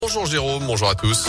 Bonjour Jérôme, bonjour à tous.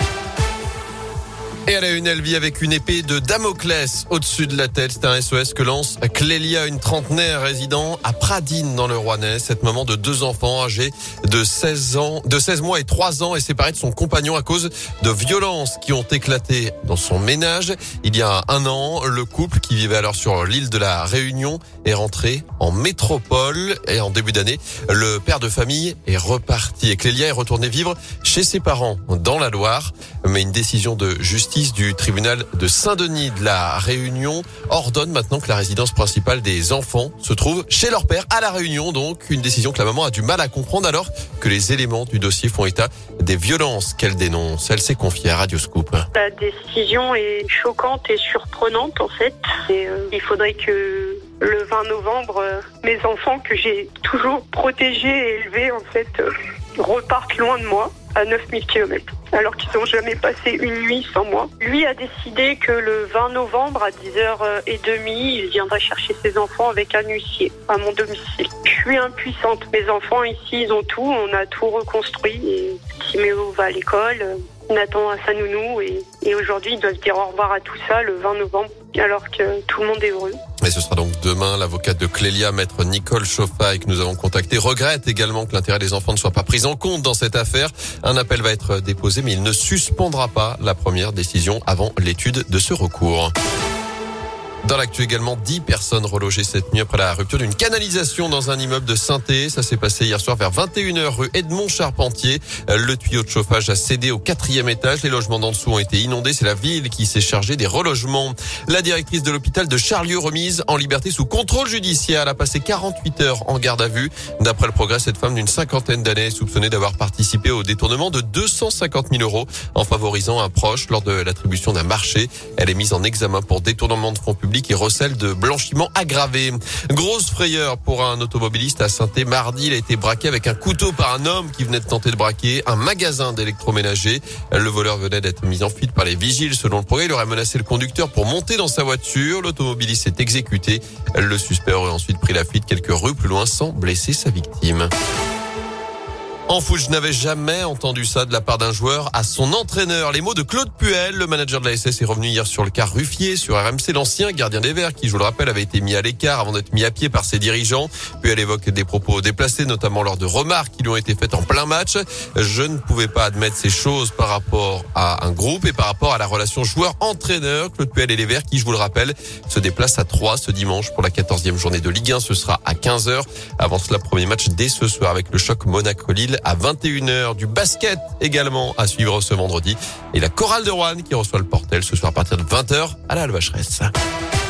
Et à la une, elle vit avec une épée de Damoclès au-dessus de la tête. C'est un SOS que lance Clélia, une trentenaire résidant à Pradines dans le Rouennais. Cette maman de 2 enfants âgés de 16 mois et 3 ans est séparée de son compagnon à cause de violences qui ont éclaté dans son ménage. Il y a 1 an, le couple qui vivait alors sur l'île de la Réunion est rentré en métropole et en début d'année, le père de famille est reparti et Clélia est retournée vivre chez ses parents dans la Loire. Mais une décision de justice du tribunal de Saint-Denis de la Réunion ordonne maintenant que la résidence principale des enfants se trouve chez leur père à la Réunion. Donc une décision que la maman a du mal à comprendre alors que les éléments du dossier font état des violences qu'elle dénonce. Elle s'est confiée à Radio Scoop. La décision est choquante et surprenante en fait. Et, il faudrait que le 20 novembre, mes enfants que j'ai toujours protégés et élevés en fait repartent loin de moi à 9000 km. Alors qu'ils n'ont jamais passé une nuit sans moi. Lui a décidé que le 20 novembre à 10h30, il viendrait chercher ses enfants avec un huissier à mon domicile. Je suis impuissante. Mes enfants ici, ils ont tout. On a tout reconstruit. Et Timéo va à l'école. Nathan a sa nounou. Et aujourd'hui, ils doivent dire au revoir à tout ça le 20 novembre. Alors que tout le monde est heureux. Et ce sera donc demain. L'avocate de Clélia, maître Nicole Chauffaille, que nous avons contacté, regrette également que l'intérêt des enfants ne soit pas pris en compte dans cette affaire. Un appel va être déposé, mais il ne suspendra pas la première décision avant l'étude de ce recours. Dans l'actu également, 10 personnes relogées cette nuit après la rupture d'une canalisation dans un immeuble de Saint-Thé. Ça s'est passé hier soir vers 21h rue Edmond Charpentier. Le tuyau de chauffage a cédé au 4e étage. Les logements d'en dessous ont été inondés. C'est la ville qui s'est chargée des relogements. La directrice de l'hôpital de Charlieu remise en liberté sous contrôle judiciaire. Elle a passé 48 heures en garde à vue. D'après le Progrès, cette femme d'une 50aine d'années est soupçonnée d'avoir participé au détournement de 250 000 € en favorisant un proche lors de l'attribution d'un marché. Elle est mise en examen pour détournement de fonds publics et recel de blanchiment aggravé. Grosse frayeur pour un automobiliste à Saint-Thé. Mardi, il a été braqué avec un couteau par un homme qui venait de tenter de braquer un magasin d'électroménager. Le voleur venait d'être mis en fuite par les vigiles. Selon le Progrès, il aurait menacé le conducteur pour monter dans sa voiture. L'automobiliste s'est exécuté. Le suspect aurait ensuite pris la fuite quelques rues plus loin sans blesser sa victime. En foot, je n'avais jamais entendu ça de la part d'un joueur à son entraîneur. Les mots de Claude Puel, le manager de la SS, est revenu hier sur le cas Ruffier sur RMC. L'ancien gardien des Verts, qui, je vous le rappelle, avait été mis à l'écart avant d'être mis à pied par ses dirigeants. Puel évoque des propos déplacés, notamment lors de remarques qui lui ont été faites en plein match. Je ne pouvais pas admettre ces choses par rapport à un groupe et par rapport à la relation joueur-entraîneur. Claude Puel et les Verts, qui, je vous le rappelle, se déplacent à Troyes ce dimanche pour la 14e journée de Ligue 1. Ce sera à 15h. Avant cela, premier match dès ce soir avec le choc Monaco-Lille à 21h. Du basket également à suivre ce vendredi. Et la chorale de Roanne qui reçoit le Portel ce soir à partir de 20h à la Alvacheresse.